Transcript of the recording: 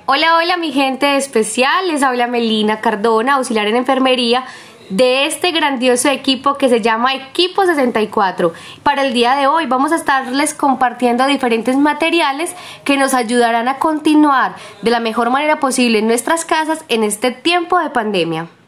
Hola, hola mi gente especial, les habla Melina Cardona, auxiliar en enfermería de este grandioso equipo que se llama Equipo 64. Para el día de hoy vamos a estarles compartiendo diferentes materiales que nos ayudarán a continuar de la mejor manera posible en nuestras casas en este tiempo de pandemia.